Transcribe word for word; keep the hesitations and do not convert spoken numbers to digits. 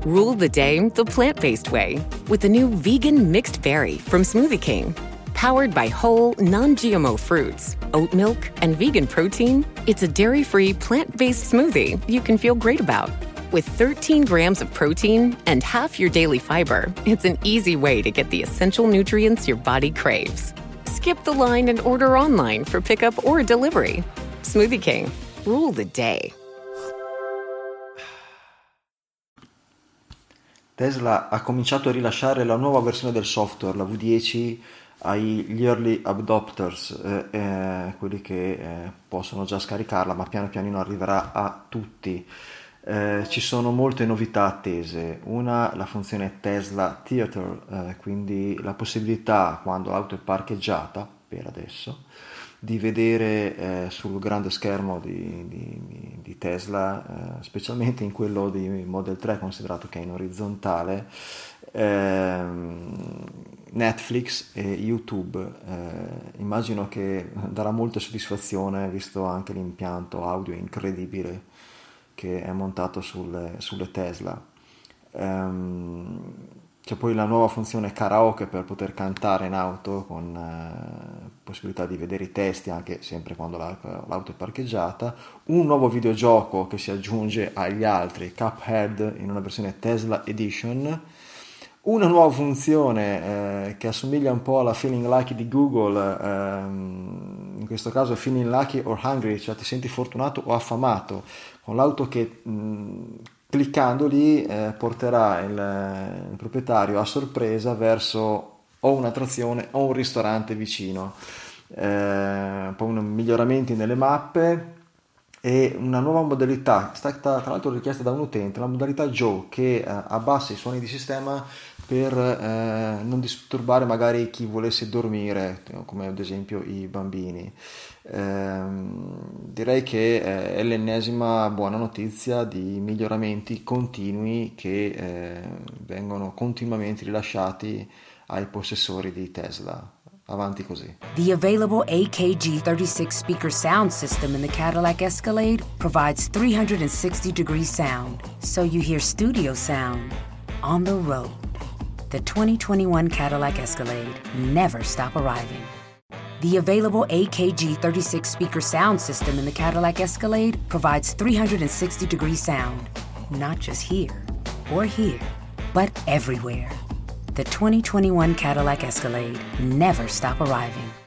Rule the day the plant-based way with the new vegan mixed berry from Smoothie King. Powered by whole, non-G M O fruits, oat milk, and vegan protein, it's a dairy-free, plant-based smoothie you can feel great about. With thirteen grams of protein and half your daily fiber, it's an easy way to get the essential nutrients your body craves. Skip the line and order online for pickup or delivery. Smoothie King. Rule the day. Tesla ha cominciato a rilasciare la nuova versione del software, la V dieci, agli early adopters, eh, eh, quelli che eh, possono già scaricarla, ma piano pianino arriverà a tutti. Eh, ci sono molte novità attese. Una, la funzione Tesla Theater, eh, quindi la possibilità, quando l'auto è parcheggiata, per adesso, di vedere eh, sul grande schermo di, di, di Tesla, eh, specialmente in quello di Model tre, considerato che è in orizzontale, ehm, Netflix e YouTube. Eh, immagino che darà molta soddisfazione, visto anche l'impianto audio incredibile che è montato sulle, sulle Tesla. Um, c'è poi la nuova funzione karaoke per poter cantare in auto, con eh, possibilità di vedere i testi anche sempre quando la, l'auto è parcheggiata. Un nuovo videogioco che si aggiunge agli altri, Cuphead, in una versione Tesla Edition. Una nuova funzione eh, che assomiglia un po' alla Feeling Lucky di Google, ehm, in questo caso è Feeling Lucky or Hungry, cioè ti senti fortunato o affamato, con l'auto che mh, cliccando lì eh, porterà il, il proprietario a sorpresa verso o un'attrazione o un ristorante vicino. Eh, poi un, miglioramenti nelle mappe e una nuova modalità, è stata tra l'altro richiesta da un utente, la modalità Joe, che eh, abbassa i suoni di sistema per eh, non disturbare magari chi volesse dormire, come ad esempio i bambini. Eh, direi che eh, è l'ennesima buona notizia di miglioramenti continui che eh, vengono continuamente rilasciati ai possessori di Tesla. Avanti così. The available A K G thirty-six speaker sound system in the Cadillac Escalade provides three hundred sixty degree sound, so you hear studio sound on the road. The twenty twenty-one Cadillac Escalade never stop arriving. The available A K G thirty-six speaker sound system in the Cadillac Escalade provides three hundred sixty degree sound, not just here or here, but everywhere. The twenty twenty-one Cadillac Escalade never stop arriving.